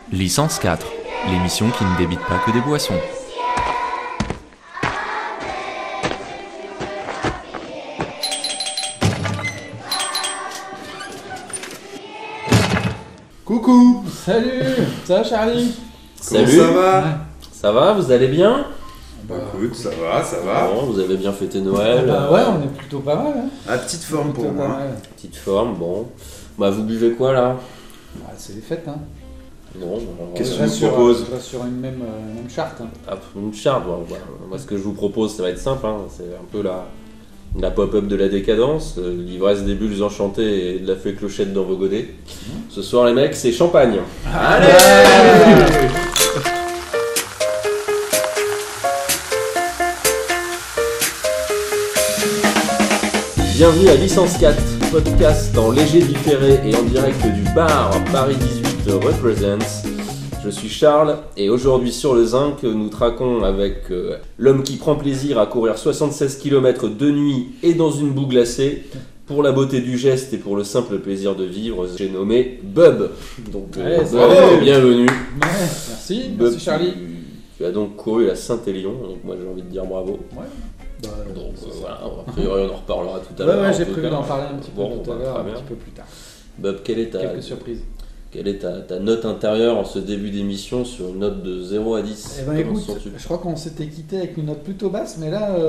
Licence 4, l'émission qui ne débite pas que des boissons. Coucou. Salut. Ça va Charlie? Salut. Comment ça va? Ça va, vous allez bien? Écoute, ça va. Bon, vous avez bien fêté Noël. Ouais, on est plutôt pas mal. Hein. À petite forme pour Plutôt pas moi. mal. Petite forme, bon. Bah, vous buvez quoi là? Bah, c'est les fêtes. Hein. Non, Qu'est-ce Je que reste tu nous proposes? Je reste sur une même charte. Hein. une charte. Bon, bah, moi, ce que je vous propose, ça va être simple. Hein. C'est un peu la pop-up de la décadence, l'ivresse des bulles enchantées et de la fée clochette dans vos godets. Ce soir, les mecs, c'est champagne. Allez. Bienvenue à Licence 4, podcast en léger différé et en direct du bar Paris 18 Represents. Je suis Charles et aujourd'hui sur le Zinc, nous traquons avec l'homme qui prend plaisir à courir 76 km de nuit et dans une boue glacée. Pour la beauté du geste et pour le simple plaisir de vivre, j'ai nommé Bub. Donc Ouais, Bub, salut. bienvenue. Ouais, merci. Bub, Merci Charlie. tu as donc couru à Saint-Élion, donc moi j'ai envie de dire bravo. Ouais. Bah, Donc c'est voilà, ça. a priori on en reparlera tout à Ouais, l'heure. ouais, en j'ai tout prévu cas. d'en parler un petit peu Bon, tout à bah, l'heure, très un bien. petit peu plus tard. Bob, quelle est Quelques surprises. ta note intérieure en ce début d'émission sur une note de 0 à 10? Eh ben Comment écoute, te sens-tu? je crois qu'on s'était quitté avec une note plutôt basse, mais là,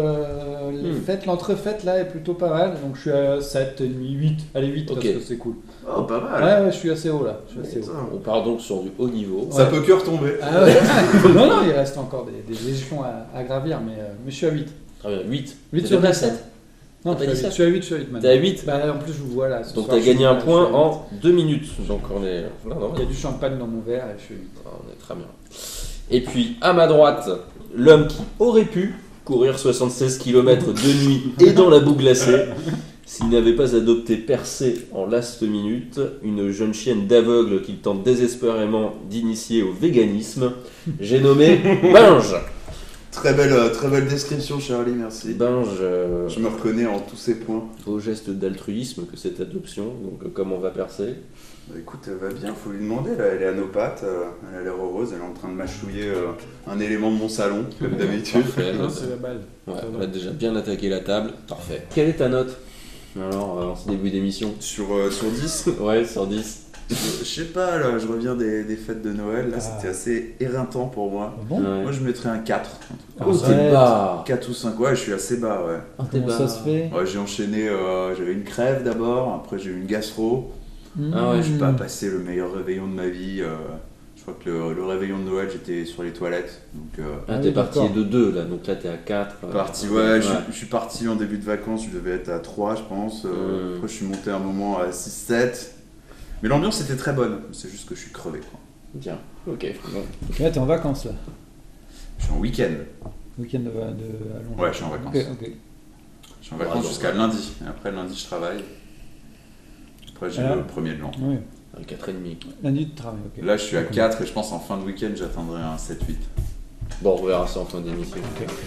l'entrefête là est plutôt pas mal, donc je suis à 7,5, 8, allez 8 parce Ok. que c'est cool. Oh, pas mal. Ouais, ouais, je suis assez haut là. Je suis assez haut. Putain. On part donc sur du haut niveau. Ça Ouais. peut que retomber. Ah ouais. Non, non, il reste encore des échelons à gravir, mais je suis à 8. Très bien, 8. 8 T'as sur pas dit 10. 7? Non, T'as je pas suis dit à 8, je suis à 8, je suis à 8 maintenant. T'es à 8? Bah en plus je vous vois là. ce Donc soir, t'as je suis gagné un à- point je suis à en 2 minutes. Donc on est... Non, Il y a du champagne dans mon verre et je suis à 8. on est très bien. Et puis à ma droite, l'homme qui aurait pu courir 76 km de nuit et dans la boue glacée s'il n'avait pas adopté Percé en last minute, une jeune chienne d'aveugle qu'il tente désespérément d'initier au véganisme. J'ai nommé Binge. Très belle description, Charlie, merci. Binge, Je me reconnais en tous ces points. beau geste d'altruisme que cette adoption. Donc comment va Percé? Bah, écoute, elle va bien, faut lui demander. Là, elle est à nos pattes, elle a l'air heureuse, elle est en train de mâchouiller un élément de mon salon, comme d'habitude. Parfait. Non, c'est la balle. Ouais, on a déjà bien attaqué la table. Parfait. Quelle est ta note alors en ce début d'émission? Sur 10, Ouais, sur 10. je sais pas, là, je reviens des fêtes de Noël, là, Ah. c'était assez éreintant pour moi. Ah bon Ouais. Moi, je mettrais un 4. Oh, Arrête. t'es bas. 4 ou 5, ouais, je suis assez bas, ouais. Oh, t'es Comment bas. ça se fait? Ouais, j'ai enchaîné, j'avais une crève d'abord, après j'ai eu une gastro. Ah ouais, J'ai pas passé le meilleur réveillon de ma vie. Je crois que le réveillon de Noël, j'étais sur les toilettes. Donc, Ah, Ah t'es oui, parti d'accord. de 2 là, donc là t'es à 4. ouais, je suis parti en début de vacances, je devais être à 3, je pense. Après, je suis monté un moment à 6-7. Mais l'ambiance était très bonne, c'est juste que je suis crevé, quoi. Bien, ok. Bon. Là, t'es en vacances là. Je suis en week-end. Week-end de à Londres. Ouais, je suis en vacances. Ok, ok. Je suis en vacances Ouais, jusqu'à lundi. Et après, lundi, je travaille. Après, j'ai Ah. le premier de l'an. Oui. Un 4,5. Lundi de travail, ok. Là, je suis à 4 et je pense en fin de week-end, j'atteindrai un 7-8. Bon, on verra ça en fin d'émission.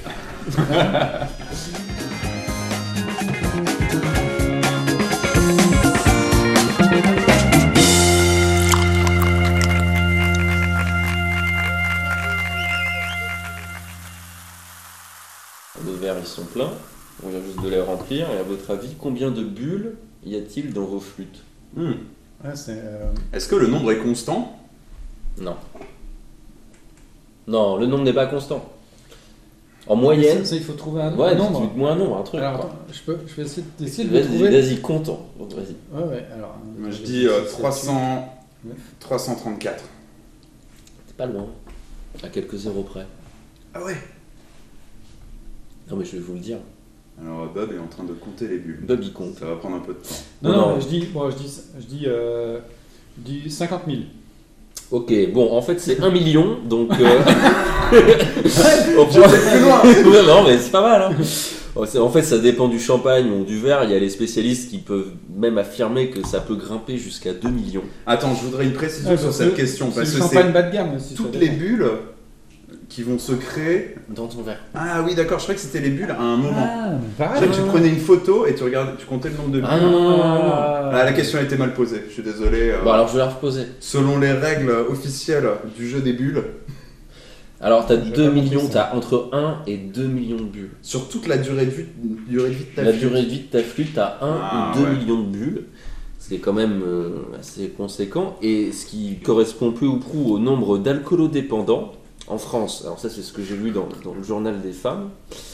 Nos verres ils sont pleins, on vient juste de les remplir. Et à votre avis, combien de bulles y a-t-il dans vos flûtes? Hmm. Ouais, c'est. Est-ce que le nombre est constant? Non. Non, le nombre n'est pas constant. En moyenne, Ça, il faut trouver un ouais, nombre. dites-moi un nombre, un truc. Alors, quoi. attends, je vais essayer de le Vas-y, trouver. vas-y, comptons. Vas-y. Ouais, ouais, alors. Moi, je dis 300... Neuf. 334. C'est pas loin. À quelques zéros près. Ah ouais. Non, mais je vais vous le dire. Alors Bob est en train de compter les bulles. Bob, il compte. Ça va prendre un peu de temps. Non, Non, non, je dis 50 000. Ok, bon, en fait, c'est 1 million, donc. plus loin. Ouais, non, mais c'est pas mal, hein. En fait, ça dépend du champagne ou du verre. Il y a les spécialistes qui peuvent même affirmer que ça peut grimper jusqu'à 2 millions. Attends, je voudrais une précision Ouais, sur parce cette que question C'est parce du que champagne c'est bas de gamme aussi. ça toutes dépend. les bulles qui vont se créer. Dans ton verre. Ah oui, d'accord, je croyais que c'était les bulles à un moment. Ah, Je pareil. croyais que tu prenais une photo et tu comptais le nombre de bulles. Ah non. Ah, la question a été mal posée, je suis désolé. Bon, alors je vais la reposer. Selon les règles officielles du jeu des bulles, Alors, t'as J'ai 2 pas compris millions, ça. t'as entre 1 et 2 millions de bulles. sur toute la durée de vie de ta La flûte. durée de vie de ta flûte, t'as 1 Ah, ou 2 ouais. millions de bulles. C'est quand même assez conséquent. Et ce qui correspond peu ou prou au nombre d'alcoolodépendants en France. Alors ça, c'est ce que j'ai lu dans le journal des femmes.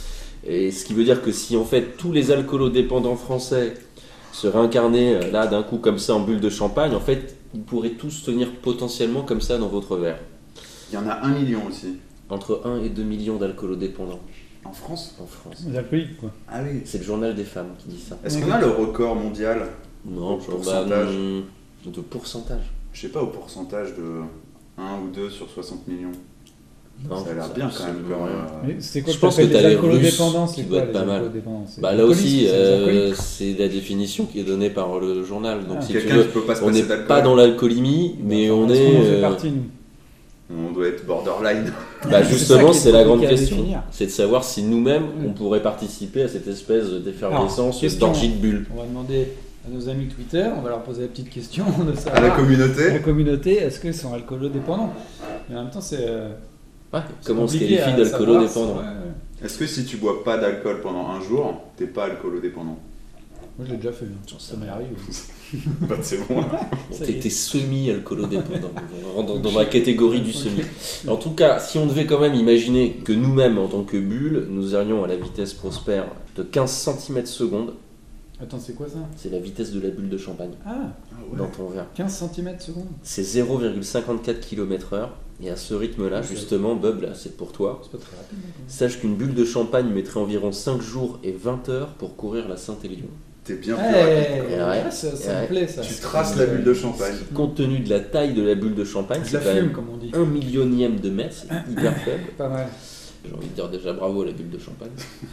Et ce qui veut dire que si en fait tous les alcoolodépendants français se réincarnaient là d'un coup comme ça en bulle de champagne, en fait, ils pourraient tous tenir potentiellement comme ça dans votre verre. Il y en a 1 million aussi. Entre 1 et 2 millions d'alcoolodépendants En France. en France. Les alcooliques, quoi. Ah oui. C'est le journal des femmes qui dit ça. Est-ce qu'on a le record mondial? Non, Le pourcentage. de pourcentage. Je sais pas, au pourcentage de 1 ou 2 sur 60 millions. Non, Ça a l'air bien quand même. absolument rien. Mais c'est quoi Je pense t'appelles que t'as les alcoolodépendants, Russes c'est qui quoi, doivent être les pas mal. alcoolodépendants? C'est Bah les là alcooliques, aussi, c'est les alcooliques. c'est la définition qui est donnée par le journal. Donc Ah. si tu Quelqu'un veux, qui peut pas se on passer n'est d'alcool. pas dans l'alcoolémie, mais Enfin, on est-ce est. qu'on en fait partie, nous On doit être borderline. Bah C'est justement, ça qui est c'est la grande compliqué à question. définir. C'est de savoir si nous-mêmes, on pourrait participer à cette espèce d'effervescence, Alors, question. d'orgie de bulles. On va demander à nos amis Twitter, on va leur poser la petite question de À savoir, la à communauté. la communauté, est-ce qu'ils sont alcoolodépendants? Mais en même temps, c'est Comment on se compliqué qualifie à d'alcoolodépendant savoir, ouais. Est-ce que si tu bois pas d'alcool pendant un jour, t'es pas alcoolodépendant? Moi, je l'ai déjà fait, hein. J'en sais Ça m'est rien. arrivé. Bah c'est bon. Ça y est. T'es semi-alcoolodépendant. On rentre dans la catégorie du semi. En tout cas, si on devait quand même imaginer que nous-mêmes, en tant que bulles, nous irions à la vitesse prospère de 15 cm secondes, Attends, c'est quoi ça? c'est la vitesse de la bulle de champagne Ah, dans ton verre. 15 cm seconde. C'est 0,54 km/h. Et à ce rythme-là, Ouais, justement, Bob, là, c'est pour toi. C'est pas très rapide. hein, quand même. Sache qu'une bulle de champagne mettrait environ 5 jours et 20 heures pour courir la Saint-Élion. T'es bien plus rapide. Et ouais. Ça Et ouais. me plaît, ça. Tu traces la bulle de champagne. Compte tenu de la taille de la bulle de champagne, Je c'est la quand fume, même comme on dit. 1 millionième de mètre, c'est hyper faible. Pas mal. J'ai envie de dire déjà bravo à la bulle de champagne.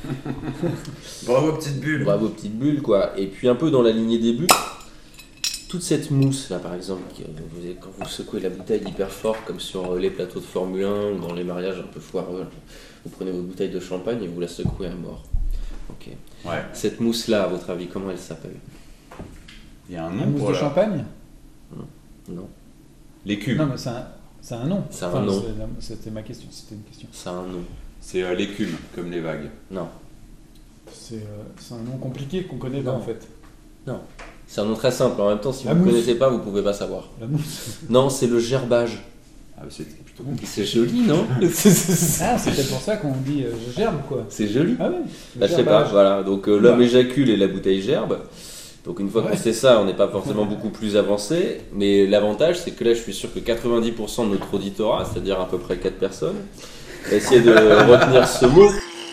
Bravo petite bulle. Bravo petite bulle quoi. Et puis un peu dans la lignée des bulles, toute cette mousse là par exemple, quand vous secouez la bouteille hyper fort comme sur les plateaux de Formule 1 ou dans les mariages un peu foireux, vous prenez votre bouteille de champagne et vous la secouez à mort. Ok. Ouais. Cette mousse là, à votre avis, comment elle s'appelle? Il y a un La nom mousse pour de la... champagne? Non, L'écume. Non, mais c'est un nom. C'est un nom. C'était ma question. C'était une question. ça a un nom. C'est l'écume, comme les vagues. Non, C'est un nom compliqué qu'on connaît pas Non. en fait. c'est un nom très simple. En même temps, si La vous ne mousse. connaissez pas, vous pouvez pas savoir. La mousse. Non, c'est le gerbage. Ah, c'est plutôt compliqué. C'est joli, non? Ah, c'est peut-être pour ça qu'on dit je gerbe quoi. C'est joli. Ah ouais. le Bah, je sais pas, gerbage. voilà. Donc l'homme éjacule et la bouteille gerbe. Donc une fois qu'on Ouais. sait ça, on n'est pas forcément beaucoup plus avancé. Mais l'avantage, c'est que là, je suis sûr que 90% de notre auditorat, c'est-à-dire à peu près 4 personnes, va essayer de retenir ce mot.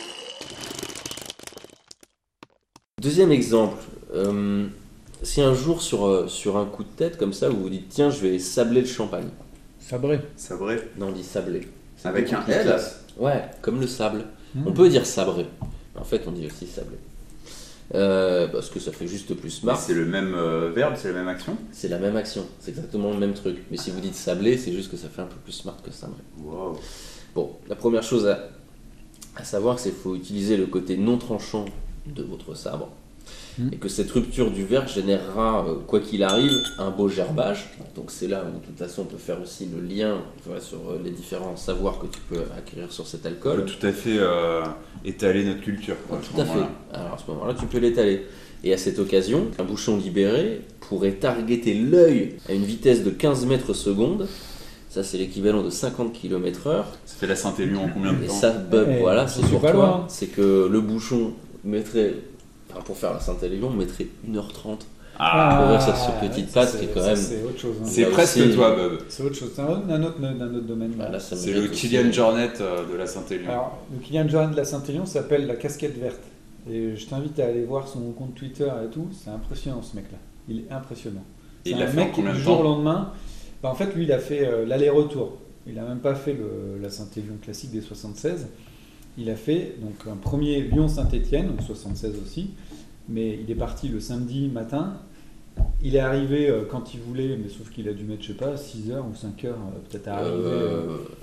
Deuxième exemple. Si un jour, sur un coup de tête, comme ça, vous vous dites, tiens, je vais sabler le champagne. Sabré. Sabré. Non, on dit sabler. C'est Avec plus un compliqué. L. Ouais, comme le sable. Mmh. On peut dire sabrer. En fait, on dit aussi sabler. Parce que ça fait juste plus Mais smart. c'est le même verbe, c'est la même action. C'est la même action, c'est exactement le même truc. Mais si vous dites sabler, c'est juste que ça fait un peu plus smart que sabrer. Wow. Bon, la première chose à savoir, c'est qu'il faut utiliser le côté non tranchant de votre sabre. Et que cette rupture du verre générera, quoi qu'il arrive, un beau gerbage. Donc c'est là où de toute façon on peut faire aussi le lien sur les différents savoirs que tu peux acquérir sur cet On alcool. peut tout à fait étaler notre culture. quoi, à ce Tout à fait. moment-là. Alors à ce moment-là, tu peux l'étaler. Et à cette occasion, un bouchon libéré pourrait targeter l'œil à une vitesse de 15 mètres seconde. Ça, c'est l'équivalent de 50 km/h. Ça fait la Saint-Élion en combien de Et temps? ça, Bob, Eh, voilà, j'en c'est suis pour pas toi. loin. C'est que le bouchon mettrait, enfin, pour faire la Saint-Élion, mettrait 1h30. Ah, Courir sur ce petit ça, pad qui est quand même- C'est autre chose. hein. c'est Là presque aussi- toi, Bob. C'est autre chose. C'est un autre domaine. Bah, là, ça C'est mérite le aussi- Kylian Jornet de la Saint-Élion. Alors, le Kylian Jornet de la Saint-Élion s'appelle la casquette verte. Et je t'invite à aller voir son compte Twitter et tout. C'est impressionnant ce mec-là. Il est impressionnant. Et C'est il l'a un fait en mec combien qui, de du jour au temps? lendemain, bah, en fait, lui, il a fait l'aller-retour. Il n'a même pas fait la Saint-Élion classique des 76. Il a fait donc un premier Lyon-Saint-Étienne, donc 76 aussi. Mais il est parti le samedi matin. Il est arrivé quand il voulait, mais sauf qu'il a dû mettre, je sais pas, 6h ou 5h peut-être à arriver.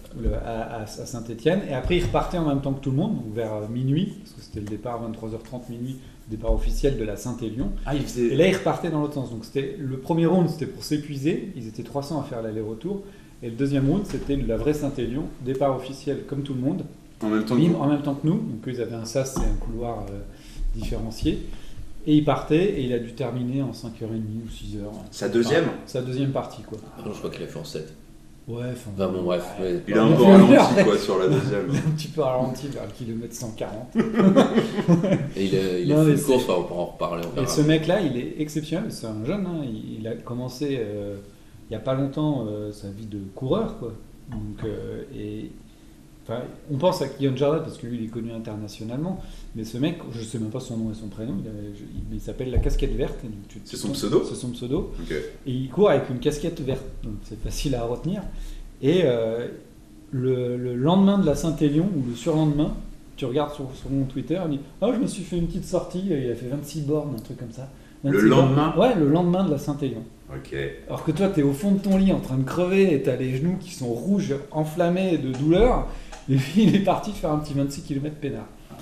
à Saint-Étienne. Et après, il repartait en même temps que tout le monde, donc vers minuit, parce que c'était le départ 23h30 minuit, le départ officiel de la Saint-Élion. Ah, il faisait. Et là, ils repartaient dans l'autre sens. Donc le premier round, c'était pour s'épuiser. Ils étaient 300 à faire l'aller-retour. Et le deuxième round, c'était la vraie Saint-Élion, départ officiel comme tout le monde. En même temps que Bim, vous. en même temps que nous. Donc ils avaient un sas et un couloir différencié. Et il partait et il a dû terminer en 5h30 ou 6h. Sa deuxième Sa deuxième partie, quoi. Non, je crois qu'il a fait en 7. Ouais, enfin. Enfin bon, bref. Ouais. Il a un Il peu a fait ralenti une quoi sur la deuxième. Il a un petit peu ralenti vers le kilomètre 140. Et il a Non, fait mais une course, on pourra en reparler. On Et verra. ce mec-là, il est exceptionnel. C'est un jeune. Hein. Il a commencé il n'y a pas longtemps sa vie de coureur, quoi. Donc, enfin, on pense à Kylian Jornet parce que lui, il est connu internationalement. Mais ce mec, je ne sais même pas son nom et son prénom. Il s'appelle la casquette verte. Donc C'est son pseudo. C'est son pseudo. Ok. Et il court avec une casquette verte. Donc c'est facile à retenir. Et le lendemain de la Saint-Élion ou le surlendemain, tu regardes sur mon Twitter, il dit « Oh, je me suis fait une petite sortie, il a fait 26 bornes, un truc comme ça. » Le lendemain ? Ouais, le lendemain de la Saint-Élion. Ok. Alors que toi, t'es au fond de ton lit en train de crever et t'as les genoux qui sont rouges, enflammés de douleur. Et puis il est parti faire un petit 26 km peinard.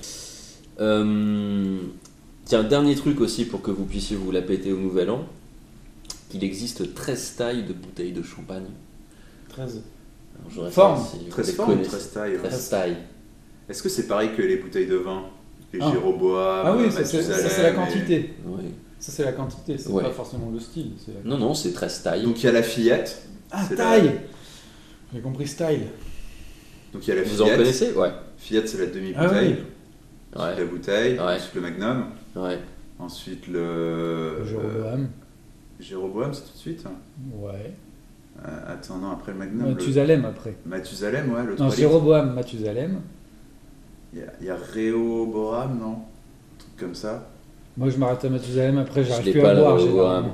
Tiens, dernier truc aussi pour que vous puissiez vous la péter au nouvel an. Qu'il existe 13 tailles de bouteilles de champagne. 13. Alors, je voudrais Forme. savoir si vous 13 les formes ou connaissez. 13 tailles. 13 tailles. Est-ce que c'est pareil que les bouteilles de vin? Les Ah. Jéroboam, Ah oui, ça c'est la Mathusalem quantité. Oui. Ça c'est la quantité, c'est Ouais. pas forcément le style. C'est la... Non, non, c'est 13 tailles. Donc il y a la fillette. Ah, c'est taille. J'ai compris style. Donc il y a la Vous en fillette. connaissez? Ouais. Fillette, c'est la demi-bouteille. Ah Ensuite Ouais. la bouteille. Ouais. Ensuite le magnum. Ouais. Ensuite le. Jéroboam. Jéroboam, c'est tout de suite. Ouais. Attends, non, après le magnum. Mathusalem après. Mathusalem, ouais, le Non, 3 litres. Jéroboam, Mathusalem. Il y a Réhoboam, non? Un truc comme ça. Moi je m'arrête à Mathusalem, après Je j'arrive l'ai plus pas à là, boire. Jéroboam.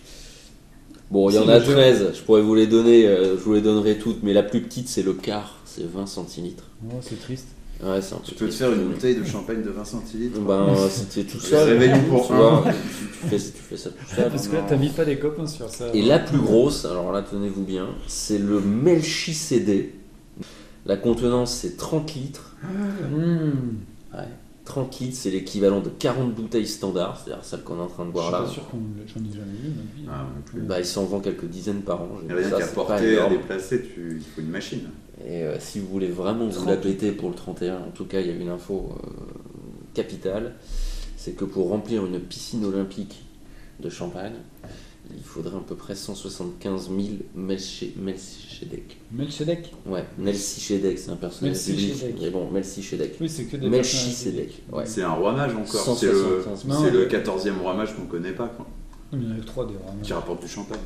Bon, il y en Si, a le jeu. 13, je pourrais vous les donner, je vous les donnerai toutes, mais la plus petite c'est le quart, c'est 20 centilitres. Oh, c'est triste. Ouais, c'est un peu Tu peux te triste. faire une bouteille de champagne de 20 centilitres. Ben, si tu es tout Le seul, réveillon pour tu un. vois, tu fais ça tout seul. Parce que là non. t'as mis pas des copains sur ça. Et la plus grosse, alors là tenez-vous bien, c'est le Melchisedec. La contenance c'est 30 litres. Mmh. Ouais. 30 litres, c'est l'équivalent de 40 bouteilles standards, c'est-à-dire celles qu'on est en train de Je boire suis là. pas sûr qu'on j'en ai jamais vu ma vie. Ah, non plus. Bah, il s'en vend quelques dizaines par an. Il n'y a rien Ça, qu'à c'est pas porter, à énorme. déplacer, il faut une machine. Et si vous voulez vraiment vous 30. la péter pour le 31, en tout cas, il y a une info capitale, c'est que pour remplir une piscine olympique de Champagne, il faudrait à peu près 175 000 Melchisedec. Melchizedek. Ouais, Melchisedec, c'est un personnage public. Melchisedec. Mais bon, Melchisedec. Oui, c'est que des Melchisedec, ouais. C'est un roi mage encore. 175 000. Non, C'est le mais- 14e roi mage qu'on connaît pas, quoi. Il y en a 3 des rois. Qui rapporte du champagne.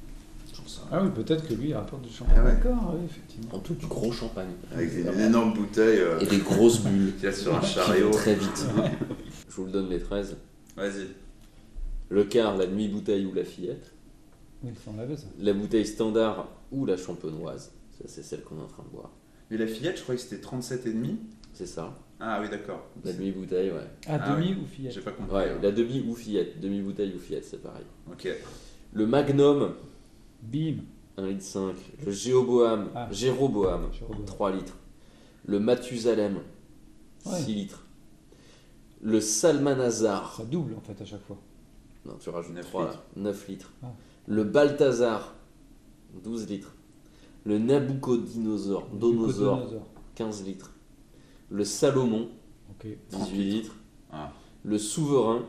Ah oui, peut-être que lui il rapporte du champagne. Ah ouais. D'accord, oui, effectivement. En tout, du gros champagne. Avec une énorme bouteille Et des grosses bulles qu'il y a sur un qui chariot. vont très vite. Je vous le donne les 13. Vas-y. Le quart, la demi-bouteille ou la fillette. Oui, ça on l'avait ça. La bouteille standard ou la champenoise. Ça, c'est celle qu'on est en train de boire. Mais la fillette, je croyais que c'était 37,5. C'est ça. Ah oui, d'accord. La demi-bouteille, ouais. Ah, Ah demi oui. ou fillette? J'ai pas compris. Ouais, la demi ou fillette. Demi-bouteille ou fillette, c'est pareil. Ok. Le Magnum, Bim. 1,5 litre. Le Jéroboam, Ah. Jéroboam, Jéroboam. 3 litres. Le Mathusalem, Ouais. 6 litres. Le Salmanazar, Ça double en fait à chaque fois. non, tu rajoutes 9 3 litres. là, 9 litres. Ah. Le Balthazar, 12 litres. Le Nabucodonosor, Nabucodonosor. 15 litres. Le Salomon, Ok. 18 litres. Ah. Le Souverain,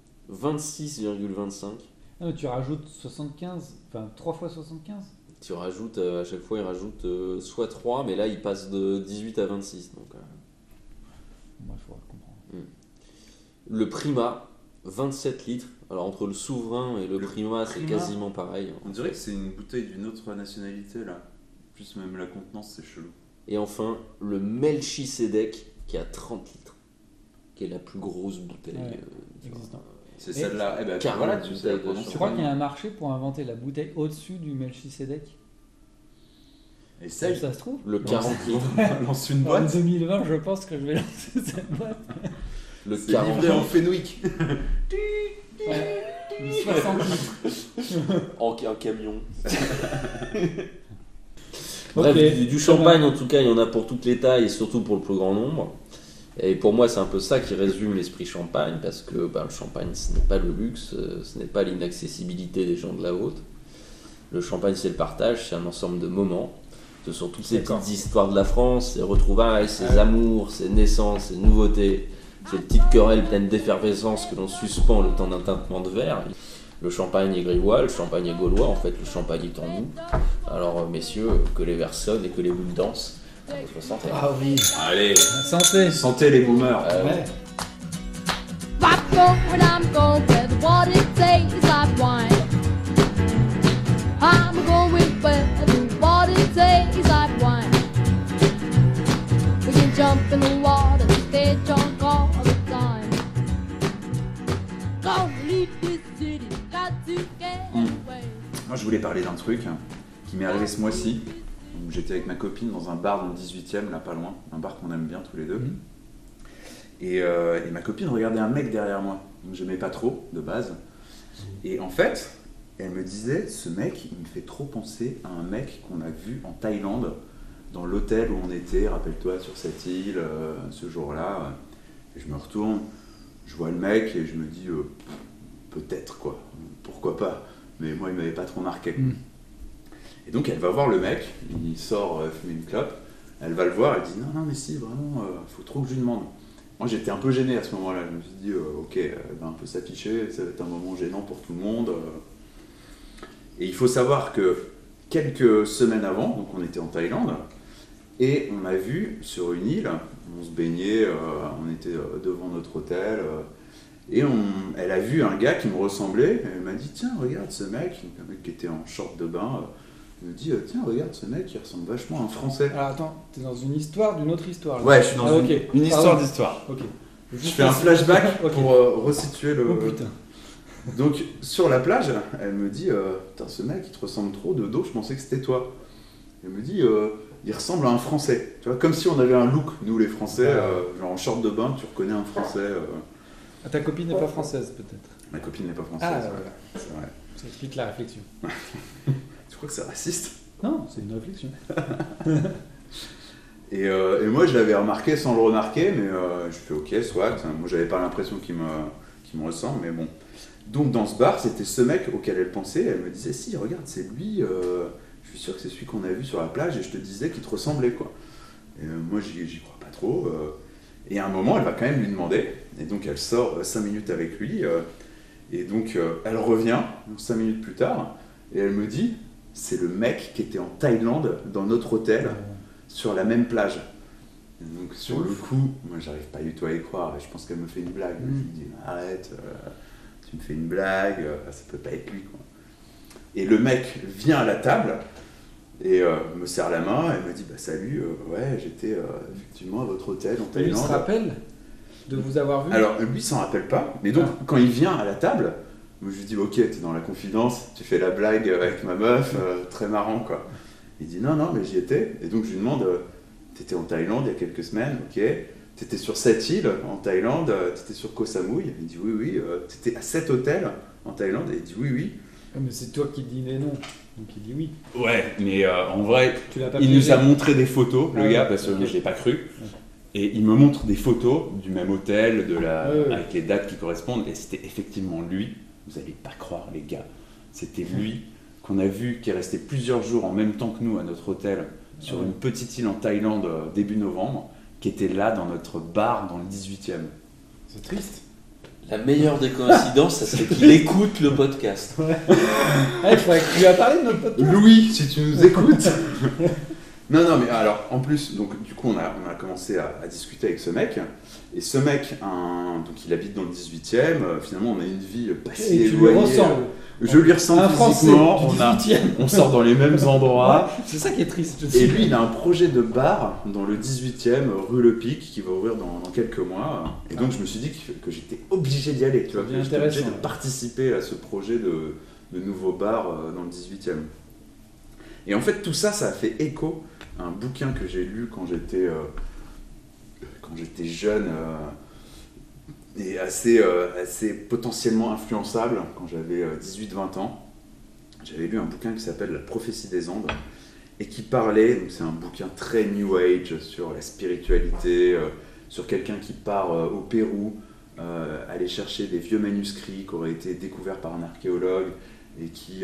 26,25. Ah, mais tu rajoutes 75, enfin 3 fois 75? Tu rajoutes, à chaque fois, il rajoute soit 3, mais là, il passe de 18 à 26. Donc, Moi, il faudra comprendre. le Prima, 27 litres. Alors, entre le Souverain et le Prima, c'est Prima. quasiment pareil. On dirait que c'est une bouteille d'une autre nationalité, là. Plus même la contenance, c'est chelou. Et enfin, le Melchisedec, qui a 30 litres. Qui est la plus grosse bouteille. Ouais, tu vois. existant. C'est Et- celle-là. Eh ben, 40 voilà, tu sais la bouteilles de prononcer. Tu crois qu'il y a un marché pour inventer la bouteille au-dessus du Melchisedec? Et celle, Ça se trouve? Le 40 litres. lance une En boîte. 2020, je pense que je vais lancer cette boîte. Le C'est 40 livré en Fenwick. Ouais. Du 60 litres. en camion. Bref, Ok, du très champagne, en tout cas, il y en a pour toutes les tailles et surtout pour le plus grand nombre. Et pour moi, c'est un peu ça qui résume l'esprit champagne, parce que le champagne, ce n'est pas le luxe, ce n'est pas l'inaccessibilité des gens de la haute. Le champagne, c'est le partage, c'est un ensemble de moments. Ce sont toutes ces D'accord. petites histoires de la France, ces retrouvailles, ces amours, ces naissances, ces nouveautés, ces petites querelles pleines d'effervescence que l'on suspend le temps d'un tintement de verre. Le champagne est grivois, le champagne est gaulois, en fait, le champagne est en nous. Alors, messieurs, que les verres sonnent et que les boules dansent. À votre santé. Ah oui, Allez, santé. sentez les boomers. Ouais. I'm going with what it tastes like wine. I'm going with what it tastes like wine. We can jump in the water, stay drunk all the time. Don't leave this city, got to get away. Moi, je voulais parler d'un truc qui m'est arrivé ce mois-ci. Donc, j'étais avec ma copine dans un bar dans le 18e, là pas loin, un bar qu'on aime bien tous les deux. Et ma copine regardait un mec derrière moi, donc je n'aimais pas trop de base. Et en fait, elle me disait, ce mec, il me fait trop penser à un mec qu'on a vu en Thaïlande, dans l'hôtel où on était, rappelle-toi, sur cette île, ce jour-là. Et je me retourne, je vois le mec et je me dis, peut-être quoi, pourquoi pas. Mais moi, il m'avait pas trop marqué. Et donc, elle va voir le mec, il sort fumer une clope, elle va le voir, elle dit, non, mais si, vraiment, faut trop que je lui demande. Moi, j'étais un peu gêné à ce moment-là. Je me suis dit, ok, elle va un peu s'afficher, ça va être un moment gênant pour tout le monde. Et il faut savoir que quelques semaines avant, donc on était en Thaïlande, et on a vu sur une île, on se baignait, on était devant notre hôtel, et elle a vu un gars qui me ressemblait, et elle m'a dit, tiens, regarde ce mec, donc un mec qui était en short de bain, il me dit, tiens, regarde ce mec, il ressemble vachement à un Français. Alors attends, t'es dans une histoire d'une autre histoire là. Ouais, je suis dans ok. une histoire Pardon. d'histoire. Ok. Je fais un flashback Ok. pour resituer le... Oh putain. Donc, sur la plage, elle me dit, putain, ce mec, il te ressemble trop, de dos, je pensais que c'était toi. Elle me dit, il ressemble à un Français. Tu vois, comme si on avait un look, nous les Français, genre en short de bain, tu reconnais un Français. Ah, ta copine n'est pas française peut-être. Ma copine n'est pas française. Ah ouais. voilà. C'est vrai. Ça explique la réflexion. Tu crois que c'est raciste? Non, c'est une réflexion. Et moi, je l'avais remarqué sans le remarquer, mais je fais ok, soit. Moi, j'avais pas l'impression qu'il me ressemble, mais bon. Donc, dans ce bar, c'était ce mec auquel elle pensait. Elle me disait, si, regarde, c'est lui. Je suis sûr que c'est celui qu'on a vu sur la plage, et je te disais qu'il te ressemblait, quoi. Et moi, j'y crois pas trop. Et à un moment, elle va quand même lui demander. Et donc, elle sort 5 minutes avec lui. Et donc, elle revient 5 minutes plus tard, et elle me dit, c'est le mec qui était en Thaïlande dans notre hôtel, sur la même plage. Et donc sur le coup, moi j'arrive pas du tout à y croire, et je pense qu'elle me fait une blague. Je lui dis, arrête, tu me fais une blague, ça peut pas être lui, quoi. Et le mec vient à la table et me serre la main et me dit, bah salut, ouais, j'étais effectivement à votre hôtel en Et lui Thaïlande. se rappelle de vous avoir vu. Alors lui s'en rappelle pas, mais donc quand il vient à la table, moi, je lui dis, ok, t'es dans la confidence, tu fais la blague avec ma meuf, très marrant, quoi. Il dit, non, mais j'y étais. Et donc, je lui demande, t'étais en Thaïlande il y a quelques semaines, ok. T'étais sur cette île en Thaïlande, t'étais sur Koh Samui. Il dit, oui. T'étais à cet hôtel en Thaïlande. Et il dit, oui. Ah, mais c'est toi qui dis les noms, donc il dit oui. Ouais, mais en vrai, Tu l'as pas il piégé. nous a montré des photos, le Ah gars, ouais, parce que ok. moi, je l'ai pas cru. Et il me montre des photos du même hôtel, Ouais. avec les dates qui correspondent. Et c'était effectivement lui. Vous allez pas croire, les gars. C'était lui qu'on a vu, qui est resté plusieurs jours en même temps que nous à notre hôtel, sur une petite île en Thaïlande début novembre, qui était là dans notre bar dans le 18e. C'est triste. La meilleure des coïncidences, ça serait qu'il écoute le podcast. Ah, il faudrait que tu lui as parlé de notre podcast. Louis, si tu nous écoutes. Non, mais alors, en plus, donc du coup, on a commencé à discuter avec ce mec. Et ce mec, donc il habite dans le 18e. Finalement, on a une vie pas si Et tu lui éloignée. ressembles. Je lui ressemble Un Français physiquement. du On, 18e. on sort dans les mêmes endroits. Ouais, c'est ça qui est triste. je Et sais. lui, il a un projet de bar dans le 18e, rue Le Pic, qui va ouvrir dans quelques mois. Et donc, je me suis dit que j'étais obligé d'y aller. Tu vois, bien que j'étais obligé de intéressant. participer à ce projet de nouveau bar dans le 18e. Et en fait, tout ça, ça a fait écho à un bouquin que j'ai lu quand j'étais jeune et assez potentiellement influençable, quand j'avais 18-20 ans. J'avais lu un bouquin qui s'appelle La prophétie des Andes. et qui parlait, donc c'est un bouquin très New Age sur la spiritualité, sur quelqu'un qui part au Pérou, aller chercher des vieux manuscrits qui auraient été découverts par un archéologue et qui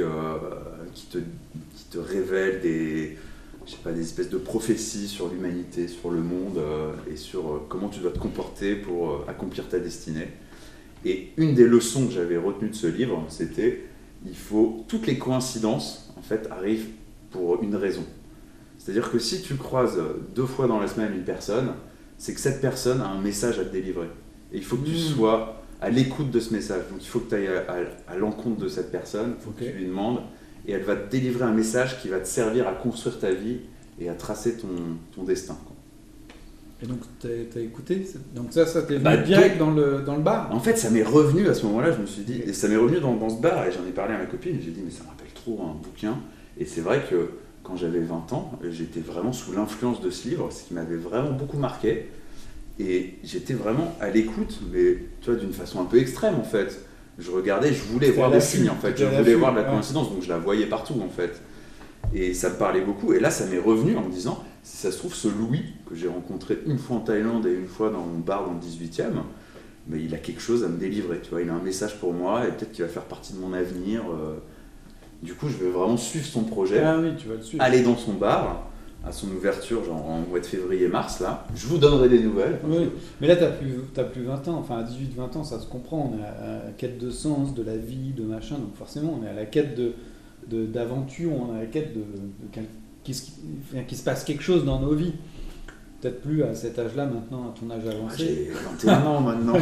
te révèle des espèces de prophéties sur l'humanité, sur le monde et sur comment tu dois te comporter pour accomplir ta destinée. Et une des leçons que j'avais retenues de ce livre, c'était toutes les coïncidences en fait arrivent pour une raison. C'est-à-dire que si tu croises 2 fois dans la semaine une personne, c'est que cette personne a un message à te délivrer. Et il faut que tu sois à l'écoute de ce message. Donc il faut que tu ailles à l'encontre de cette personne, il faut que tu lui demandes, et elle va te délivrer un message qui va te servir à construire ta vie et à tracer ton destin. Et donc t'as écouté? Donc ça t'est venu direct dans le bar? En fait, ça m'est revenu à ce moment-là, je me suis dit, et ça m'est revenu dans ce bar, et j'en ai parlé à ma copine, et j'ai dit, mais ça me rappelle trop un bouquin. Et c'est vrai que quand j'avais 20 ans, j'étais vraiment sous l'influence de ce livre, ce qui m'avait vraiment beaucoup marqué. Et j'étais vraiment à l'écoute, mais tu vois, d'une façon un peu extrême en fait. Je regardais, je voulais voir des signes en fait, je voulais voir de la coïncidence, donc je la voyais partout en fait. Et ça me parlait beaucoup, et là ça m'est revenu en me disant, si ça se trouve, ce Louis, que j'ai rencontré une fois en Thaïlande et une fois dans mon bar dans le 18e, mais il a quelque chose à me délivrer, tu vois, il a un message pour moi, et peut-être qu'il va faire partie de mon avenir. Du coup, je vais vraiment suivre son projet, tu vas le suivre. Aller dans son bar, à son ouverture, genre en mois de février-mars, là. Je vous donnerai des nouvelles. Oui, mais là, t'as plus 20 ans, enfin à 18-20 ans, ça se comprend, on est à la quête de sens, de la vie, de machin, donc forcément, on est à la quête d'aventure, on est à la quête qu'il se passe quelque chose dans nos vies. Peut-être plus à cet âge-là maintenant, à ton âge avancé. J'ai 21 ans maintenant.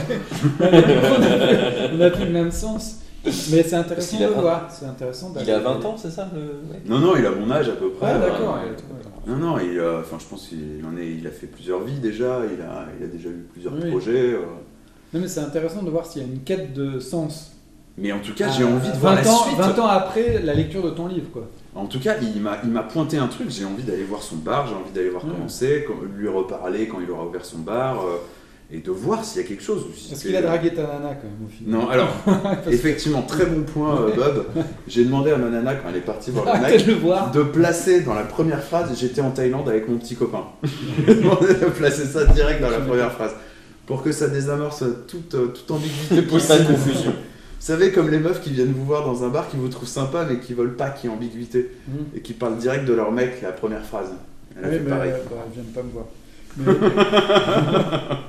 On n'a plus le même sens. Mais c'est intéressant de voir. C'est intéressant il a 20 ans, c'est ça Non, il a mon âge à peu près. Ah, d'accord. Non, je pense qu'il a fait plusieurs vies déjà, il a déjà eu plusieurs projets. Non, mais c'est intéressant de voir s'il y a une quête de sens. Mais en tout cas, j'ai envie de voir la suite. 20 ans après la lecture de ton livre, quoi. En tout cas, il m'a pointé un truc, j'ai envie d'aller voir son bar, j'ai envie d'aller voir comment c'est, lui reparler quand il aura ouvert son bar. Et de voir s'il y a quelque chose. Est-ce qu'il a dragué ta nana quand même au final? Non, alors, effectivement, très bon point, Bob. J'ai demandé à ma nana, quand elle est partie voir le mec, de placer dans la première phrase, j'étais en Thaïlande avec mon petit copain. J'ai demandé de placer ça direct dans la première phrase, pour que ça désamorce toute ambiguïté possible. Confusion. Vous savez, comme les meufs qui viennent vous voir dans un bar, qui vous trouvent sympa, mais qui veulent pas qu'il y ait ambiguïté, et qui parlent direct de leur mec, la première phrase. Elle a fait pareil. Elle vient pas me voir.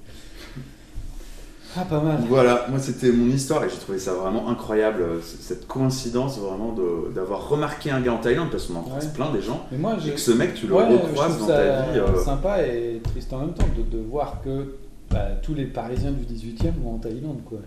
Ah, pas mal. Voilà, moi c'était mon histoire et j'ai trouvé ça vraiment incroyable, cette coïncidence vraiment d'avoir remarqué un gars en Thaïlande, parce qu'on en croise plein des gens, mais moi, et que ce mec tu le recroises dans ta vie. C'est sympa et triste en même temps de voir que tous les Parisiens du 18e vont en Thaïlande, quoi.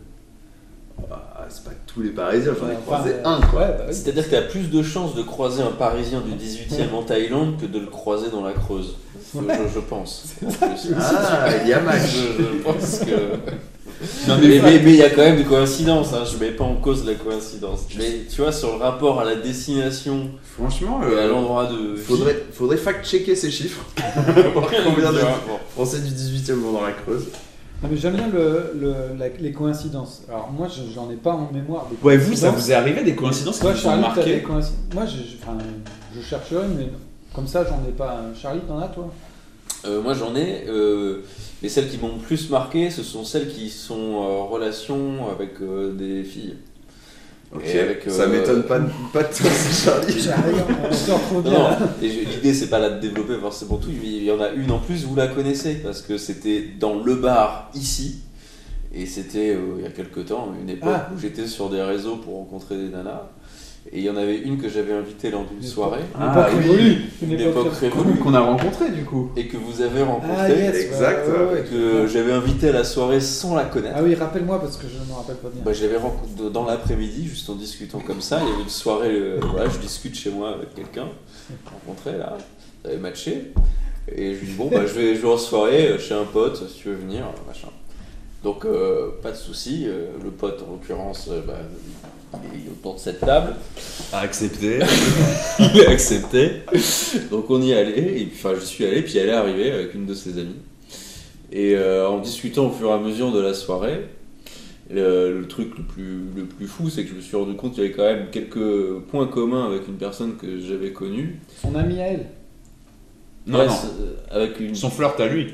C'est pas tous les Parisiens, j'en ai croisé un, quoi. Oui. C'est-à-dire qu'il y a plus de chances de croiser un Parisien du 18e en Thaïlande que de le croiser dans la Creuse. Je pense. Il y a match. Je pense que... Non, mais il y a quand même des coïncidences, hein. Je mets pas en cause la coïncidence. Mais tu vois, sur le rapport à la destination, franchement, et à l'endroit de... Faudrait fact-checker ces chiffres. Voir combien de Français du 18e vont dans la Creuse. Non, mais j'aime bien les coïncidences. Alors moi, j'en ai pas en mémoire. Ouais, vous, ça vous est arrivé des coïncidences qui vous ont marqué? Moi, je chercherai, mais comme ça, j'en ai pas. Charlie, t'en as, toi? Moi, j'en ai. Mais celles qui m'ont le plus marqué, ce sont celles qui sont en relation avec des filles. Ok, ça m'étonne pas de toi, Charlie. Non, l'idée c'est pas là de développer forcément tout, mais il y en a une en plus, vous la connaissez, parce que c'était dans le bar ici, et c'était il y a quelques temps, une époque où j'étais sur des réseaux pour rencontrer des nanas, et il y en avait une que j'avais invitée lors d'une soirée. Une époque révolue qu'on a rencontrée du coup. Et que vous avez rencontrée. Exact. Que j'avais invitée à la soirée sans la connaître. Ah oui, rappelle-moi parce que je ne me rappelle pas bien. Je l'avais rencontrée dans l'après-midi, juste en discutant comme ça. Il y avait une soirée, je discute chez moi avec quelqu'un. Rencontré là, ça avait matché. Et je lui dis je vais jouer en soirée chez un pote, si tu veux venir, machin. Donc pas de souci, le pote en l'occurrence, il est autour de cette table. A accepté. Il a accepté. Donc on y allait, je suis allé, puis elle est arrivée avec une de ses amies. Et en discutant au fur et à mesure de la soirée, Le truc le plus fou, c'est que je me suis rendu compte qu'il y avait quand même quelques points communs avec une personne que j'avais connue. Son ami à elle. Non, Ouais, non. avec une... Son flirt à lui.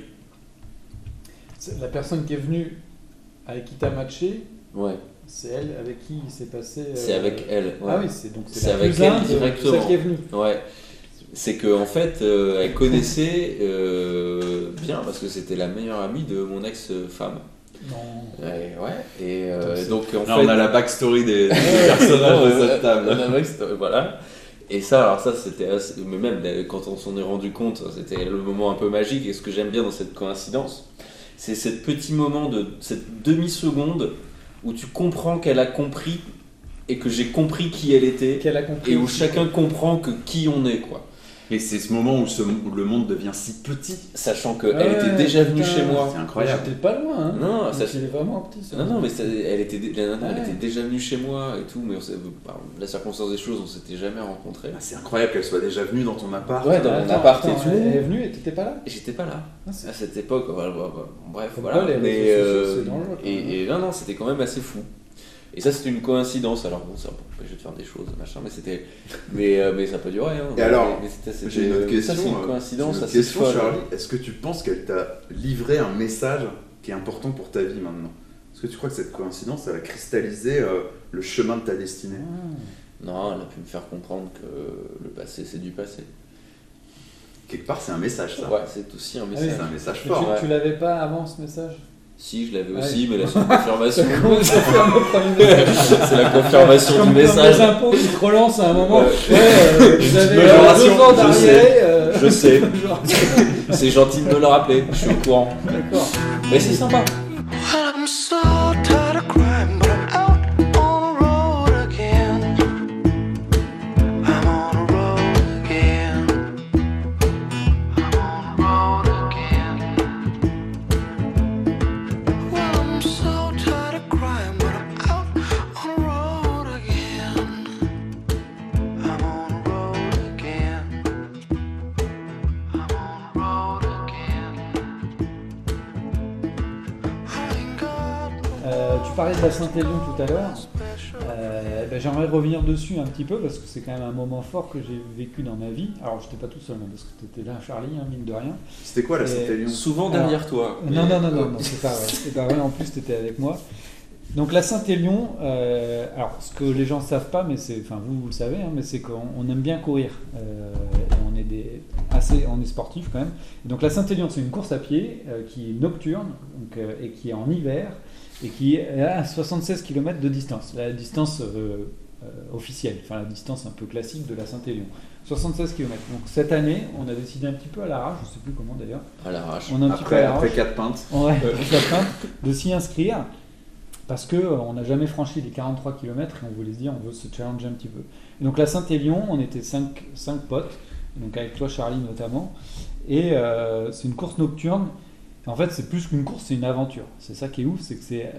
C'est la personne qui est venue avec qui t'as matché, Ouais, c'est elle avec qui il s'est passé. c'est avec elle. Ouais. Ah oui, c'est C'est la avec plus elle un de directement. celle qui est venue. Ouais. C'est qu'en fait, elle connaissait bien parce que c'était la meilleure amie de mon ex-femme. Non. Ouais. Et Donc, donc en Là, fait, on a la backstory des personnages de cette table. Voilà. Et ça, alors ça, c'était assez... Mais même quand on s'en est rendu compte, c'était le moment un peu magique. Et ce que j'aime bien dans cette coïncidence, c'est ce petit moment de cette demi-seconde où tu comprends qu'elle a compris et que j'ai compris qui elle était Qu'elle a compris. et où chacun comprend que qui on est, quoi. Et c'est ce moment où le monde devient si petit. Sachant qu'elle Ouais, était déjà venue putain. chez moi. C'est incroyable. J'étais pas loin. Hein. Non, Donc, ça, il est vraiment petit. Ça. non, mais elle était, la nana, elle Ouais. était déjà venue chez moi et tout, mais par la circonstance des choses, on s'était jamais rencontrés. Ah, c'est incroyable qu'elle soit déjà venue dans ton appart. Ouais, dans mon appart et tout. Elle est venue et t'étais pas là. Et j'étais pas là Ah, c'est- à cette époque. Bref, Comme voilà. quoi, les Mais, réseaux sociaux, c'est dangereux, quand même. et non, c'était quand même assez fou. Et ça, c'était une coïncidence. Alors bon, ça empêchait de faire des choses, machin, mais c'était, mais ça peut durer. Hein. Et alors, mais c'était, J'ai une autre question. Ça, c'est une j'ai coïncidence une assez question, folle. Charlie. Est-ce que tu penses qu'elle t'a livré un message qui est important pour ta vie maintenant? Est-ce que tu crois que cette coïncidence, elle a cristallisé le chemin de ta destinée? Non, elle a pu me faire comprendre que le passé, c'est du passé. Quelque part, c'est un message, ça. Ouais, c'est aussi un Ah message. oui. C'est un message Mais fort. Ouais. tu l'avais pas avant ce message. Si, je l'avais Ouais. aussi, mais là, c'est une confirmation. Comment ça fait un premier message C'est la confirmation Comme du les message. impôts qui te relancent à un moment. Ouais. Vous avez majoration, 2 ans je d'arriéré. Je sais, Genre, c'est gentil de me le rappeler, je suis au courant. D'accord. Mais c'est sympa. I'm so tired of crime, but I'm out on the road again. I'm on the road again. I'm on the road again. Well, I'm so tired of crime, but I'm out on the road again. I'm on the road again. I'm on the road again. I ain't got no Tu parlais de la Saint-Élion tout à l'heure. J'aimerais revenir dessus un petit peu parce que c'est quand même un moment fort que j'ai vécu dans ma vie. Alors, j'étais pas tout seul, hein, parce que tu étais là, Charlie, hein, mine de rien. C'était quoi la Et- Saint-Élion? Souvent Alors, derrière toi. Non, mais- non, c'est pas vrai. C'est pas vrai. En plus, tu étais avec moi. Donc, la Saint-Élion, alors, ce que les gens ne savent pas, mais c'est, enfin, vous le savez, hein, mais c'est qu'on aime bien courir. On est sportifs quand même. Et donc, la Saint-Élion, c'est une course à pied qui est nocturne donc, et qui est en hiver et qui est à 76 km de distance. La distance officielle, enfin la distance un peu classique de la Saint-Élion. 76 km. Donc, cette année, on a décidé un petit peu à l'arrache, je ne sais plus comment d'ailleurs. À l'arrache. On a un petit peu à Après l'arrache. 4 pintes. Ouais, de s'y inscrire parce qu'on n'a jamais franchi les 43 km et on voulait se dire on veut se challenger un petit peu. Et donc la Saint-Élion, on était 5 potes, donc avec toi Charlie notamment, et c'est une course nocturne. Et en fait c'est plus qu'une course, c'est une aventure. C'est ça qui est ouf, c'est que c'est...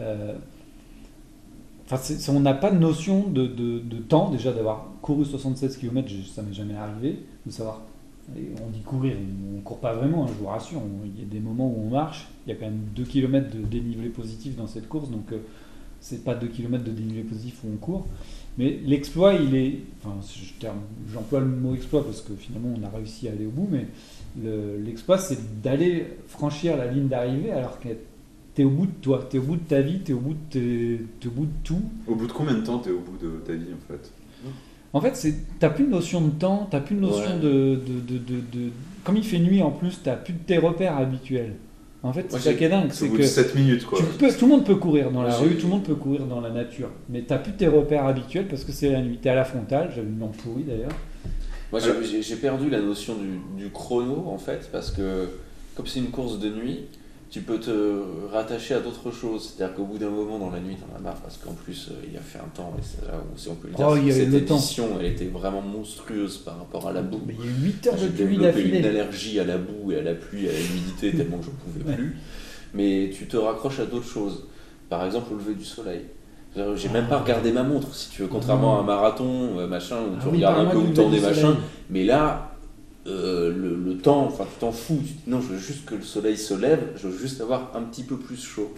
on n'a pas de notion de temps déjà d'avoir couru 76 km, ça m'est jamais arrivé, de savoir... Et on dit courir, on court pas vraiment, hein, je vous rassure. Il y a des moments où on marche, il y a quand même 2 km de dénivelé positif dans cette course, donc c'est pas 2 km de dénivelé positif où on court. Mais l'exploit, il est. Enfin, j'emploie le mot exploit parce que finalement on a réussi à aller au bout, mais l'exploit c'est d'aller franchir la ligne d'arrivée alors que t'es au bout de toi, t'es au bout de ta vie, t'es au bout de tout. Au bout de combien de temps t'es au bout de ta vie en fait? En fait, t'as plus de notion de temps, t'as plus de notion Ouais. de. Comme il fait nuit en plus, t'as plus de tes repères habituels. En fait, Moi, c'est ça qui est dingue, Au c'est bout que de 7 minutes quoi. tout le monde peut courir dans la Moi, rue, j'ai- tout le monde peut courir dans la nature, mais t'as plus de tes repères habituels parce que c'est la nuit. T'es à la frontale, j'avais une lampe pourrie d'ailleurs. Moi, j'ai perdu la notion du chrono, en fait, parce que comme c'est une course de nuit, tu peux te rattacher à d'autres choses. C'est-à-dire qu'au bout d'un moment, dans la nuit, t'en as marre, parce qu'en plus, il a fait un temps, et c'est là où, si on peut le dire, Oh, c'est il y que a eu cette le temps. édition, elle était vraiment monstrueuse par rapport à la boue. Mais il y a eu 8 heures de J'ai pluie développé une d'affilée. allergie à la boue et à la pluie et à l'humidité tellement que je ne pouvais Ouais. plus. Mais tu te raccroches à d'autres choses. Par exemple, au lever du soleil. J'ai même pas regardé ma montre, si tu veux, contrairement à un marathon, machin, où Ah tu oui, regardes un peu parle-moi où du le temps lever des du machins. soleil. Mais là, le temps, enfin, tu t'en fous. Tu te dis, non, je veux juste que le soleil se lève, je veux juste avoir un petit peu plus chaud.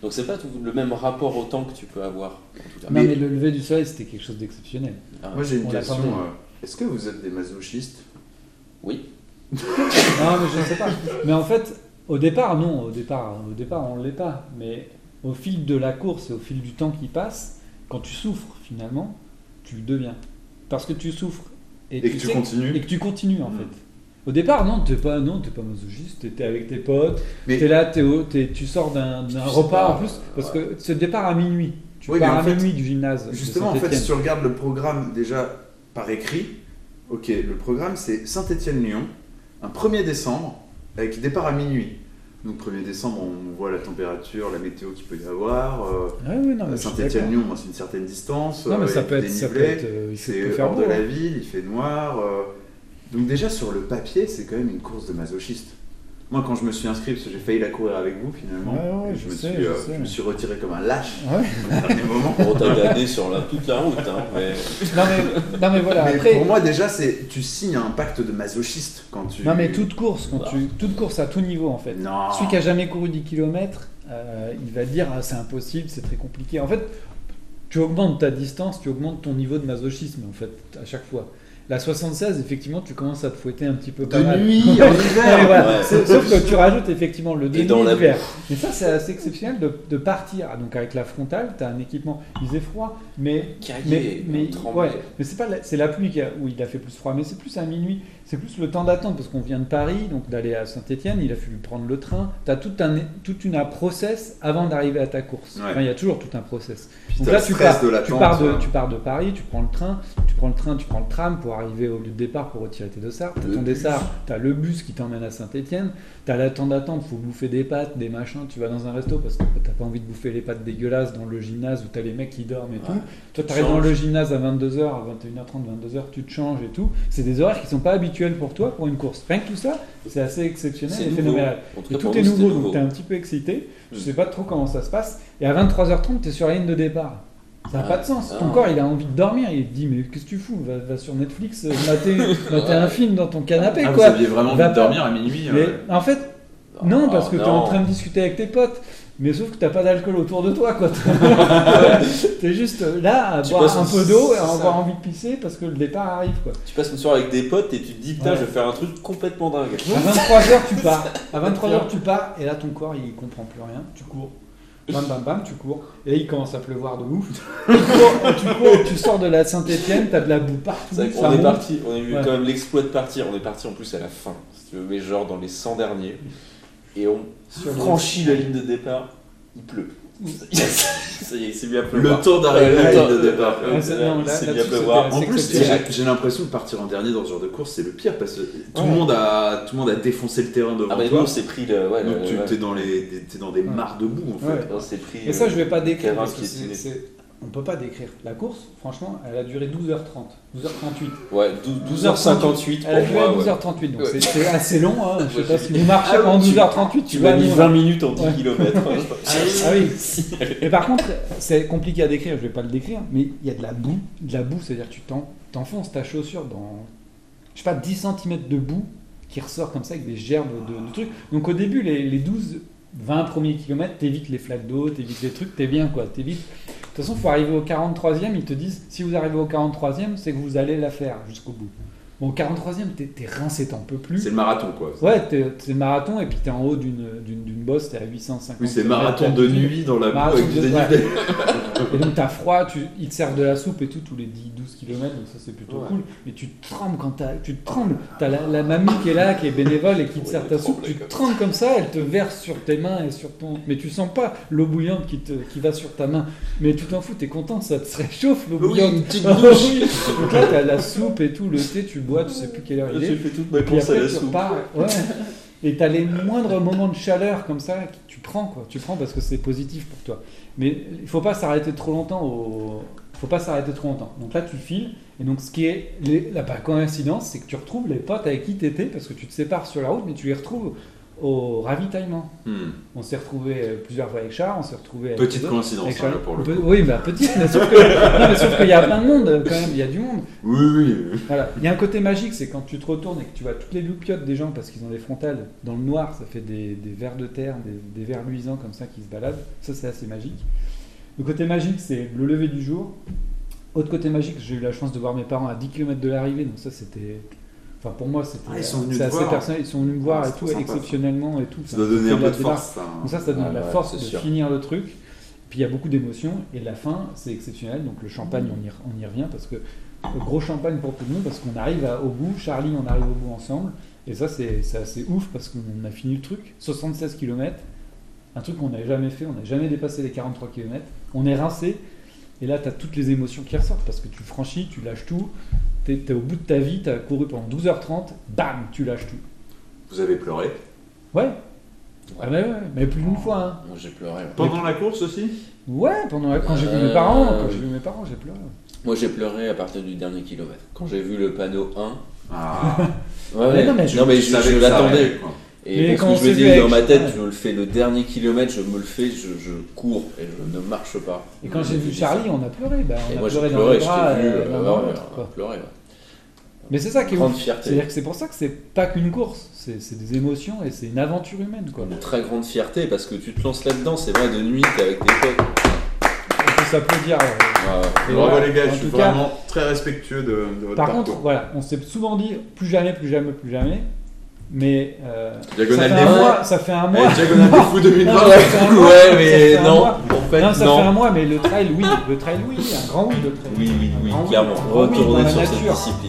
Donc c'est pas le même rapport au temps que tu peux avoir. En tout cas. Non, mais le lever du soleil, c'était quelque chose d'exceptionnel. Ah, Moi j'ai une On question. l'attendait. Est-ce que vous êtes des masochistes? oui. Non, mais je ne sais pas. Mais en fait, au départ, non. Au départ, on ne l'est pas. Mais au fil de la course et au fil du temps qui passe, quand tu souffres, finalement, tu le deviens. Parce que tu souffres. Et que tu sais- continues. Et que tu continues, en Mm. fait. Au départ, non, t'es pas masochiste, t'es avec tes potes, Mais- t'es là, tu sors d'un tu sais repas pas, en plus, parce que ce départ à minuit. Tu Oui, mais pars en à fait, minuit du gymnase. de Justement, en fait, Saint-Étienne. si tu regardes le programme déjà par écrit, ok, le programme c'est Saint-Étienne-Lyon, un 1er décembre, avec départ à minuit. Donc 1er décembre, on voit la température, la météo qu'il peut y avoir. Ah oui, non, mais je suis Saint-Étienne-Lyon, moi, c'est une certaine distance. d'accord. Non, mais ça il peut fait être, ça peut dénivelé, être, il c'est peut faire hors beau. de la hein. ville, il fait noir. Donc déjà, sur le papier, c'est quand même une course de masochiste. Moi, quand je me suis inscrit, parce que j'ai failli la courir avec vous finalement, Ouais, et je me sais, suis, je je sais. me suis retiré comme un lâche Ouais. au dernier moment. On t'a gardé sur toute la route. Hein, mais... Non, mais voilà, Mais après. pour moi, déjà, tu signes un pacte de masochiste quand tu. Non, mais toute course, toute course à tout niveau en fait. Non. Celui qui a jamais couru 10 km, il va dire ah, c'est impossible, c'est très compliqué. En fait, tu augmentes ta distance, tu augmentes ton niveau de masochisme en fait à chaque fois. La 76, effectivement, tu commences à te fouetter un petit peu pas De mal. nuit, en Ouais, hiver. voilà. Ouais. Sauf que tu rajoutes effectivement le Et demi dans la d'hiver. Mais ça, c'est assez exceptionnel de partir. Ah, donc avec la frontale, tu as un équipement. Il faisait froid, mais Caillé, mais, on tremblait. ouais, mais c'est pas c'est la pluie où il a fait plus froid, mais c'est plus à minuit, c'est plus le temps d'attente parce qu'on vient de Paris, donc d'aller à Saint-Étienne, il a fallu prendre le train. Tu as toute une process avant d'arriver à ta course. Ouais. Enfin, il y a toujours tout un process. Puis Donc t'as là, le tu stress pars, de tu l'attente, pars ouais. tu pars de Paris, tu prends le train, tu prends le tram pour arriver au lieu de départ pour retirer tes dossards. Tu as Le ton bus. dossard, tu as le bus qui t'emmène à Saint-Étienne, tu as le temps d'attente, il faut bouffer des pâtes, des machins, tu vas dans un resto parce que tu pas envie de bouffer les pâtes dégueulasses dans le gymnase où tu as les mecs qui dorment et Ouais. tout. Toi, Tu tu arrives dans changes. le gymnase à 22h, à 21h30, 22h, tu te changes et tout. C'est des horaires qui sont pas habituels pour toi pour une course. Rien que tout ça, c'est assez exceptionnel C'est et nouveau. phénoménal. En tout Et cas, tout pour est nous, c'était nouveau, donc tu es un petit peu excité. Je sais pas trop comment ça se passe. Et à 23h30, tu es sur la ligne de départ. Ça n'a Ah, pas de sens. Ton ah. corps, il a envie de dormir. Il te dit, mais qu'est-ce que tu fous va sur Netflix, mater un film dans ton canapé, Ah, vous quoi. aviez vraiment envie Va de pas- dormir à minuit. Mais en fait, non, parce que tu es en non. train de discuter avec tes potes. Mais sauf que t'as pas d'alcool autour de toi, quoi. T'es juste là à Tu boire passes un peu d'eau et à c'est ça. avoir envie de pisser parce que le départ arrive, quoi. Tu passes une soirée avec des potes et tu te dis putain, Ouais. je vais faire un truc complètement dingue. À 23h, tu pars. À 23h, tu pars, et là, ton corps, il comprend plus rien. Tu cours. Bam, bam, bam, tu cours. Et là, il commence à pleuvoir de ouf. Tu cours, tu sors de la Saint-Étienne, t'as de la boue partout. C'est vrai ça qu'on est monte. parti, on a eu Ouais. quand même l'exploit de partir. On est parti en plus à la fin, si tu veux, mais genre dans les 100 derniers. Et on Sur le- franchit la ligne de départ, il pleut. Ça y est, il s'est mis à pleuvoir. Le temps d'arriver Ouais, à la le ligne temps- de départ. Ouais, c'est- non, il là- s'est mis à là-dessus, pleuvoir. c'était- En c'est plus, exceptionnel. j'ai l'impression que partir en dernier dans ce genre de course, c'est le pire parce que tout Ouais. le monde a défoncé le terrain devant Ah bah nous toi. on s'est pris le... Ouais, Donc ouais. t'es dans des mares de boue en fait. Ouais. On s'est pris... Et ça, je vais pas décrire. terrain Parce que piétiné. on peut pas décrire. La course, franchement, elle a duré 12h30. 12h38. Ouais, 12h58 Elle a pour duré moi. ouais. 12h38, donc Ouais. c'est assez long. Hein. Je sais Ouais, pas j'ai si dit- vous marchez Ah oui, en tu- 12h38, Tu m'as mis nous, 20 minutes en 10 Ouais. km. Ah oui. Et par contre, c'est compliqué à décrire, je vais pas le décrire, mais il y a de la boue. De la boue, c'est-à-dire que tu t'enfonces ta chaussure dans, je sais pas, 10 cm de boue qui ressort comme ça avec des gerbes de trucs. Donc au début, les 12-20 premiers kilomètres, t'évites les flaques d'eau, t'évites les trucs, t'es bien quoi, t'évites. De toute façon, il faut arriver au 43e, ils te disent, si vous arrivez au 43e, c'est que vous allez la faire jusqu'au bout. Bon, au 43e, t'es rincé, t'en peux plus. C'est le marathon quoi. Ouais, c'est marathon et puis t'es en haut d'une bosse, t'es à 850. Oui, c'est kilomètres marathon de d'altitude. nuit dans la boue Marathon avec du de- dénivelé. Et donc t'as froid, ils te servent de la soupe et tout tous les 10-12 km, donc ça c'est plutôt Ouais. cool. Mais tu te trembles quand tu te trembles. T'as la mamie qui est là, qui est bénévole et qui te Ouais, sert elle ta soupe, tremble tu comme te trembles comme ça, elle te verse sur tes mains et sur ton... Mais tu sens pas l'eau bouillante qui va sur ta main. Mais tu t'en fous, t'es content, ça te réchauffe l'eau Oui, bouillante. une petite Ah douche. oui. Donc là t'as la soupe et tout, le thé, tu le bois, tu sais plus quelle heure il est. J'ai fait toute ma Puis course à après, la tu soupe. repars, ouais. Et t'as les moindres moments de chaleur comme ça que tu prends, quoi. Tu prends parce que c'est positif pour toi. Mais il faut pas s'arrêter trop longtemps. Faut pas s'arrêter trop longtemps. Donc là, tu files. Et donc, ce qui est la coïncidence, c'est que tu retrouves les potes avec qui t'étais parce que tu te sépares sur la route, mais tu les retrouves au ravitaillement. Hmm. On s'est retrouvés plusieurs fois avec Charles, on s'est retrouvés avec Petite les autres. coïncidence, Avec hein, Charles. là, pour le coup. Oui, bah petite, mais sauf que, non, mais sauf qu'il y a plein de monde quand même, il y a du monde. Oui. Voilà. Il y a un côté magique, c'est quand tu te retournes et que tu vois toutes les loupiottes des gens parce qu'ils ont des frontales dans le noir, ça fait des vers de terre, des vers luisants comme ça qui se baladent. Ça, c'est assez magique. Le côté magique, c'est le lever du jour. Autre côté magique, j'ai eu la chance de voir mes parents à 10 km de l'arrivée, donc ça, c'était. Enfin, pour moi, c'était. Ah, ils sont venus c'est te assez voir. personnel, ils sont venus me voir Ah, et c'est tout, trop sympa, exceptionnellement et tout. Ça doit donner un peu de force. Ça. Donc ça donne Ah, la ouais, force c'est de sûr. finir le truc. Puis il y a beaucoup d'émotions et la fin, c'est exceptionnel. Donc le champagne, on y revient parce que gros champagne pour tout le monde parce qu'on arrive au bout. Charlie, on arrive au bout ensemble. Et ça, c'est assez ouf parce qu'on a fini le truc. 76 km, un truc qu'on n'avait jamais fait. On n'a jamais dépassé les 43 km. On est rincé. Et là, tu as toutes les émotions qui ressortent parce que tu franchis, tu lâches tout. T'es au bout de ta vie, tu as couru pendant 12h30. Bam, tu lâches tout. Vous avez pleuré Ouais. Ah ouais, mais plus d'une fois. Hein. Moi j'ai pleuré. Ouais. pendant la course aussi? Ouais, quand j'ai vu mes parents, j'ai pleuré. Moi j'ai pleuré à partir du dernier kilomètre. Quand j'ai vu le panneau 1. Ah. Ouais, non, mais je savais que ça l'attendais. arrivait, quoi. Et Mais parce quand que on je me s'est dis vu avec- dans ma tête, ouais. je me le fais le dernier kilomètre, je me le fais, je cours et je ne marche pas. Et quand j'ai vu Charlie, on a pleuré. Bah, Et on moi a j'ai pleuré dans pleuré, les je bras. t'ai vu, l'un dans ouais, l'autre, on quoi. a pleuré. Ouais. Mais c'est ça qui est Grande ouf. fierté. C'est-à-dire que c'est pour ça que c'est pas qu'une course, c'est des émotions et c'est une aventure humaine. Quoi. Une très grande fierté parce que tu te lances là-dedans, c'est vrai, de nuit, t'es avec tes potes. On peut s'applaudir. Ouais. Et Bravo voilà, les gars, en je suis tout cas- vraiment très respectueux de votre Par parcours. contre, voilà, on s'est souvent dit plus jamais, plus jamais, plus jamais. Mais Diagonale ça, des fait un fous. mois, ça fait un mois. Allez, Diagonale des fous 2020. Non, ça fait un mois, Ouais, ça mais fait un non. mois. En fait, Non, ça non. fait un mois, mais le trail, oui, un grand oui, le trail. Oui, Un grand clairement. un grand oui dans Retourner la sur cette nature. discipline.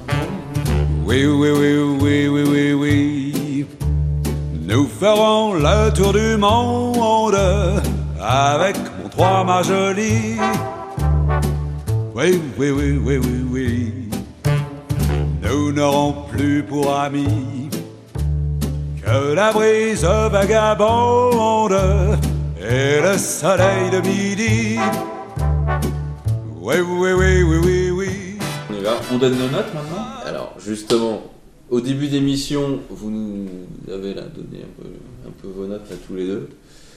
Oui, oui, oui, oui, oui, oui, oui. Nous ferons le tour du monde avec mon 3 ma jolie. Oui, oui, oui, oui, oui, oui. Nous n'aurons plus pour amis que la brise vagabonde et le soleil de midi. Oui, oui, oui, oui, oui, oui. On y va. On donne nos notes maintenant. Alors, justement, au début d'émission, vous nous avez là donné un peu vos notes à tous les deux.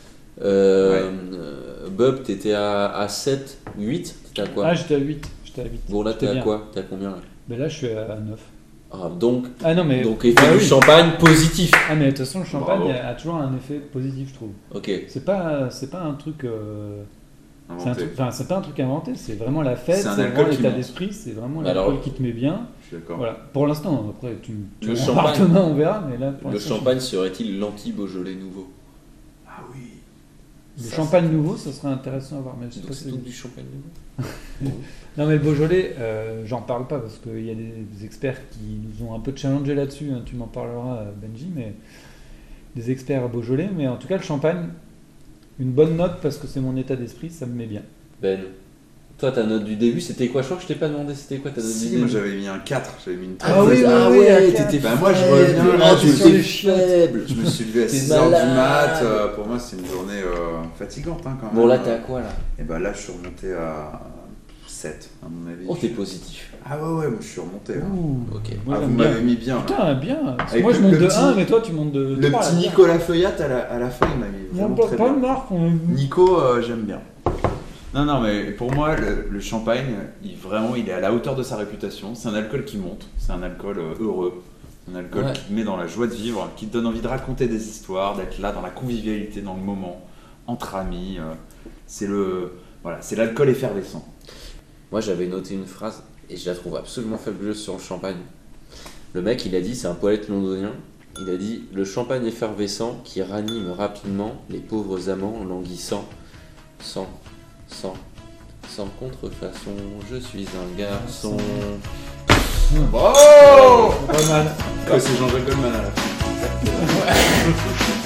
Bob, t'étais à 7, 8, t'étais à quoi? Ah, j'étais à 8. Bon, là, t'es J'étais à bien. quoi? T'es à combien là? Mais là, je suis à 9. Ah, donc Ah non, mais. effet Ah du oui. champagne positif. Ah, mais de toute façon, le champagne Bravo. a toujours un effet positif, je trouve. Ok. C'est pas un truc. Inventé. C'est pas un truc inventé, c'est vraiment la fête, C'est un c'est alcool vraiment qui l'état monte. d'esprit, c'est vraiment Alors- l'alcool qui te met bien. Je suis d'accord. Voilà. Pour l'instant, après, tu Le en champagne. parles demain, on verra, mais là, pour Le l'instant, champagne serait-il l'anti-Beaujolais nouveau? Ah oui. Le Ça, champagne nouveau, ça serait intéressant à voir, mais je sais Donc pas c'est si- tout du champagne nouveau? Non, mais le Beaujolais, j'en parle pas parce qu'il y a des experts qui nous ont un peu challengé là-dessus, hein, tu m'en parleras, Benji, mais des experts à Beaujolais, mais en tout cas, le champagne, une bonne note parce que c'est mon état d'esprit, ça me met bien. Ben, toi ta note du début c'était quoi? Je crois que je t'ai pas demandé c'était quoi ta note du Si, début. moi j'avais mis un 4, j'avais mis une Ah oui, oui, ah oui, ouais, à t'étais Bah, moi, je faible. reviens là, Ah, je tu suis étais faible. Je me suis levé à T'es 6h du mat, malade. pour moi c'est une journée fatigante hein, quand même. Bon là t'es à quoi là? Et bah là je suis remonté à 7 à mon avis. Oh t'es positif. Ah ouais, moi je suis remonté. Là. Ouh, Ok. moi, Ah, j'aime vous bien. m'avez mis bien. Là. Putain, bien. Parce que Avec moi, je le monte de petit- 1, mais toi, tu montes de Le 3. petit Nicolas Feuillat à la fin il m'a mis Non, vraiment très pas bien. de marque. Nico, j'aime bien. Non, mais pour moi, le champagne, il est à la hauteur de sa réputation. C'est un alcool qui monte, c'est un alcool heureux, un alcool Ouais. qui te met dans la joie de vivre, qui te donne envie de raconter des histoires, d'être là dans la convivialité, dans le moment, entre amis. C'est l'alcool effervescent. Moi j'avais noté une phrase et je la trouve absolument fabuleuse sur le champagne. Le mec il a dit, c'est un poète londonien, il a dit le champagne effervescent qui ranime rapidement les pauvres amants languissants sans contrefaçon, je suis un garçon. Oh Pas mal. C'est Jean-Jacques Goldman à la fin.